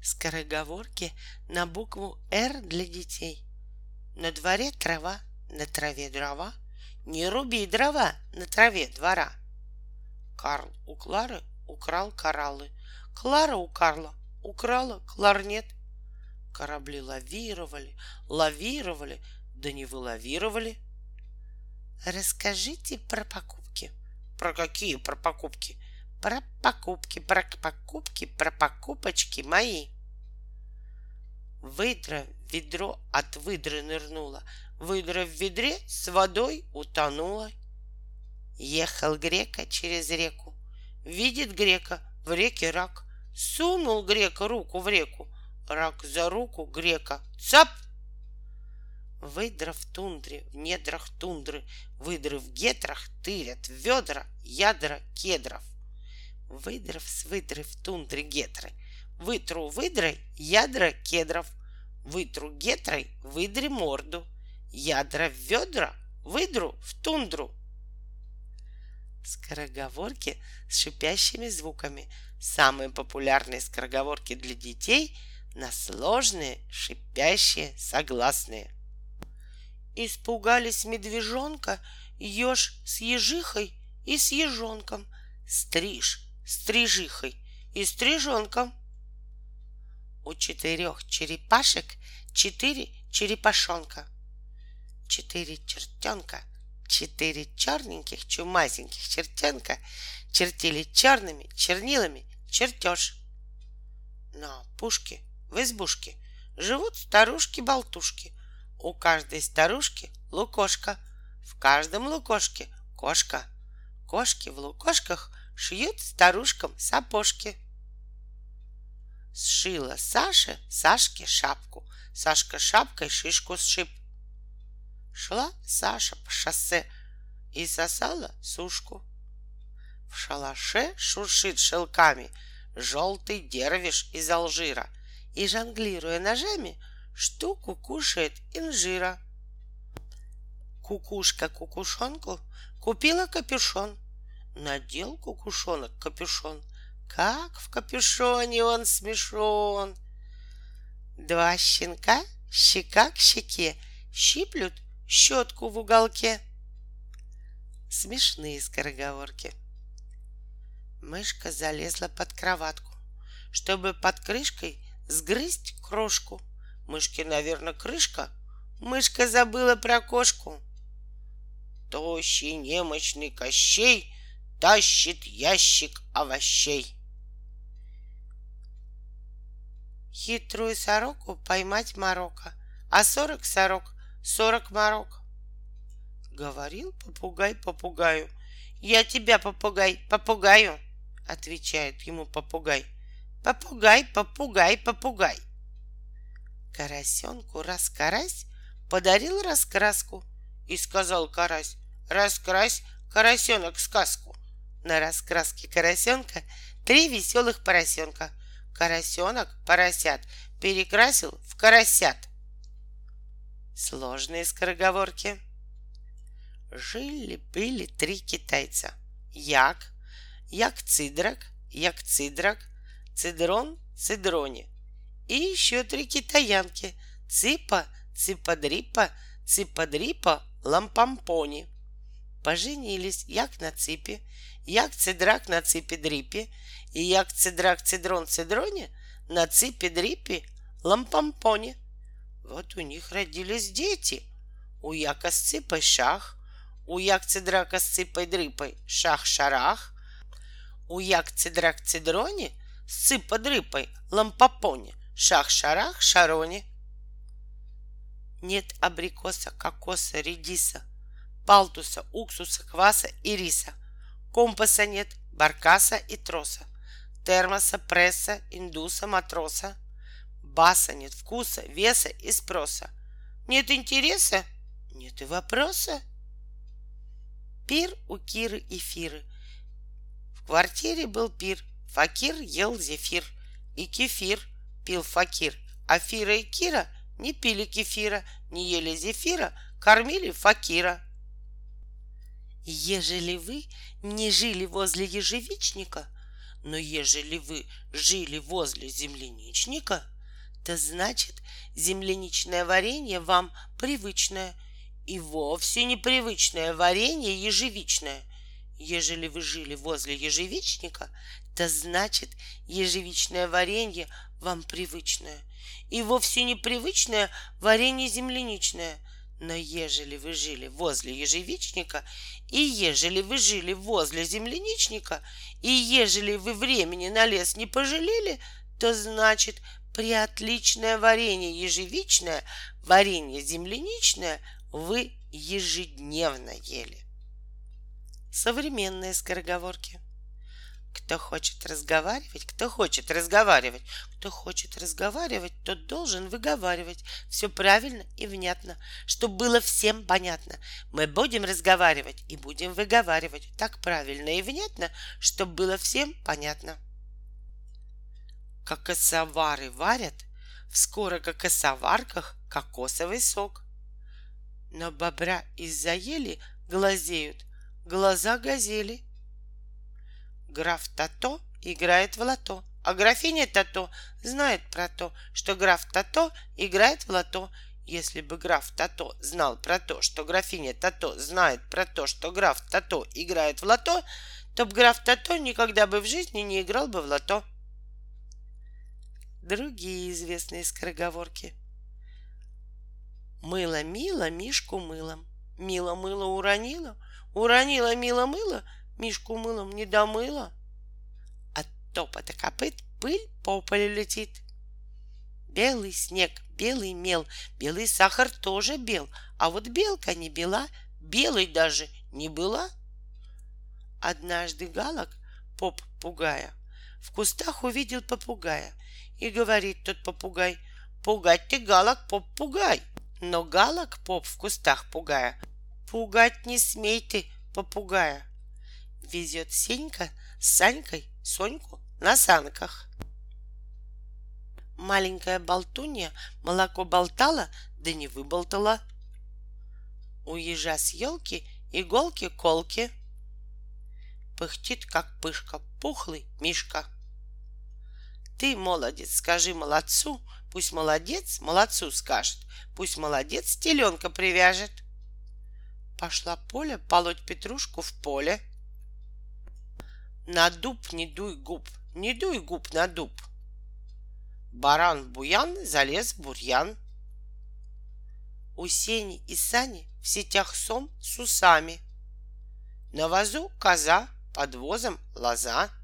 Скороговорки на букву «Р» для детей. На дворе трава, на траве дрова. Не руби дрова на траве двора. Карл у Клары украл кораллы. Клара у Карла украла кларнет. Корабли лавировали, лавировали, да не вылавировали. Расскажите про покупки. Про какие про покупки? Про покупки, про покупочки мои. Выдра в ведро от выдры нырнула. Выдра в ведре с водой утонула. Ехал грека через реку. Видит грека в реке рак. Сунул грека руку в реку. Рак за руку грека. Цап! Выдра в тундре, в недрах тундры. Выдры в гетрах тырят ведра, ядра кедров. Выдров с выдры в тундре гетры. Вытру выдрой ядра кедров. Вытру гетрой выдре морду. Ядра в ведра, выдру в тундру. Скороговорки с шипящими звуками. Самые популярные скороговорки для детей на сложные шипящие согласные. Испугались медвежонка, еж с ежихой и с ежонком, стриж с стрижихой и стрижонком. У 4 черепашек 4 черепашонка. 4 чертенка, 4 черненьких чумазеньких чертенка чертили черными чернилами чертеж. На опушке в избушке живут старушки-болтушки. У каждой старушки лукошка, в каждом лукошке кошка. Кошки в лукошках шьют старушкам сапожки. Сшила Саша Сашке шапку, Сашка шапкой шишку сшиб. Шла Саша по шоссе и сосала сушку. В шалаше шуршит шелками желтый дервиш из Алжира и, жонглируя ножами, штуку кушает инжира. Кукушка кукушонку купила капюшон. Надел кукушонок капюшон. Как в капюшоне он смешон! 2 щенка щека к щеке щиплют щетку в уголке. Смешные скороговорки. Мышка залезла под кроватку, чтобы под крышкой сгрызть крошку. Мышке, наверное, крышка. Мышка забыла про кошку. Тощий немощный Кощей тащит ящик овощей. Хитрую сороку поймать морока, а 40 сорок 40 морок. Говорил попугай попугаю: я тебя, попугай, попугаю. Отвечает ему попугай: попугай, попугай, попугай. Карасенку раз карась подарил раскраску и сказал карась: раскрась, карасенок, сказку. На раскраске карасенка 3 веселых поросенка. Карасенок поросят перекрасил в карасят. Сложные скороговорки. Жили-были 3 китайца: Як, Як-Цидрак, Як-Цидрак, Цидрон, Цидроне. И еще 3 китаянки: Ципа, Ципадрипа, Ципадрипа, Лампампони. Поженились Як на Ципе, Як-Цидрак на Ципе-Дрипе и Як-Цидрак Цидрон Цидроне на Ципе-Дрипе Лампампоне. Вот у них родились дети. У Яка с Ципой шах, у Як-Цидрака с Ципой-Дрипой шах-шарах, у Як-Цидрак Цидроне с Ципа-Дрипой Лампапоне шах-шарах шароне. Нет абрикоса, кокоса, редиса, палтуса, уксуса, кваса и риса. Компаса нет, баркаса и троса, термоса, пресса, индуса, матроса. Баса нет, вкуса, веса и спроса. Нет интереса, нет и вопроса. Пир у Киры и Фиры. В квартире был пир. Факир ел зефир и кефир пил факир, а Фира и Кира не пили кефира, не ели зефира, кормили факира. Ежели вы не жили возле ежевичника, Но ежели вы жили возле земляничника, то значит земляничное варенье вам привычное и вовсе непривычное варенье ежевичное. Ежели вы жили возле ежевичника, то значит ежевичное варенье вам привычное и вовсе непривычное варенье земляничное. Но ежели вы жили возле ежевичника, и ежели вы жили возле земляничника, и ежели вы времени на лес не пожалели, то значит приотличное варенье ежевичное, варенье земляничное вы ежедневно ели. Современные скороговорки. Кто хочет разговаривать, кто хочет разговаривать, кто хочет разговаривать, тот должен выговаривать все правильно и внятно, чтобы было всем понятно. Мы будем разговаривать и будем выговаривать так правильно и внятно, чтобы было всем понятно. Кокосовары варят в скорококосоварках кокосовый сок. Но бобра из-за ели глазеют глаза газели. Граф Тато играет в лото, а графиня Тато знает про то, что граф Тато играет в лото. Если бы граф Тато знал про то, что графиня Тато знает про то, что граф Тато играет в лото, то б граф Тато никогда бы в жизни не играл бы в лото. Другие известные скороговорки. Мыло мило мишку мылом, мило мыло уронила, уронила мило мыло, мишку мылом не домыла. От топота копыт пыль по полю летит. Белый снег, белый мел, белый сахар тоже бел, а вот белка не бела, белой даже не была. Однажды галок, поп-пугая, в кустах увидел попугая, и говорит тот попугай: пугать ты галок, поп-пугай. Но галок поп в кустах пугая: пугать не смей ты, попугая. Везет Сенька с Санькой Соньку на санках. Маленькая болтунья молоко болтала, да не выболтала. У ежа с елки иголки-колки. Пыхтит, как пышка, пухлый мишка. Ты, молодец, скажи молодцу, пусть молодец молодцу скажет, пусть молодец теленка привяжет. Пошла Поля полоть петрушку в поле. На дуб не дуй губ, не дуй губ на дуб. Баран-буян залез в бурьян. У Сени и Сани в сетях сом с усами. На вазу коза, под возом лоза.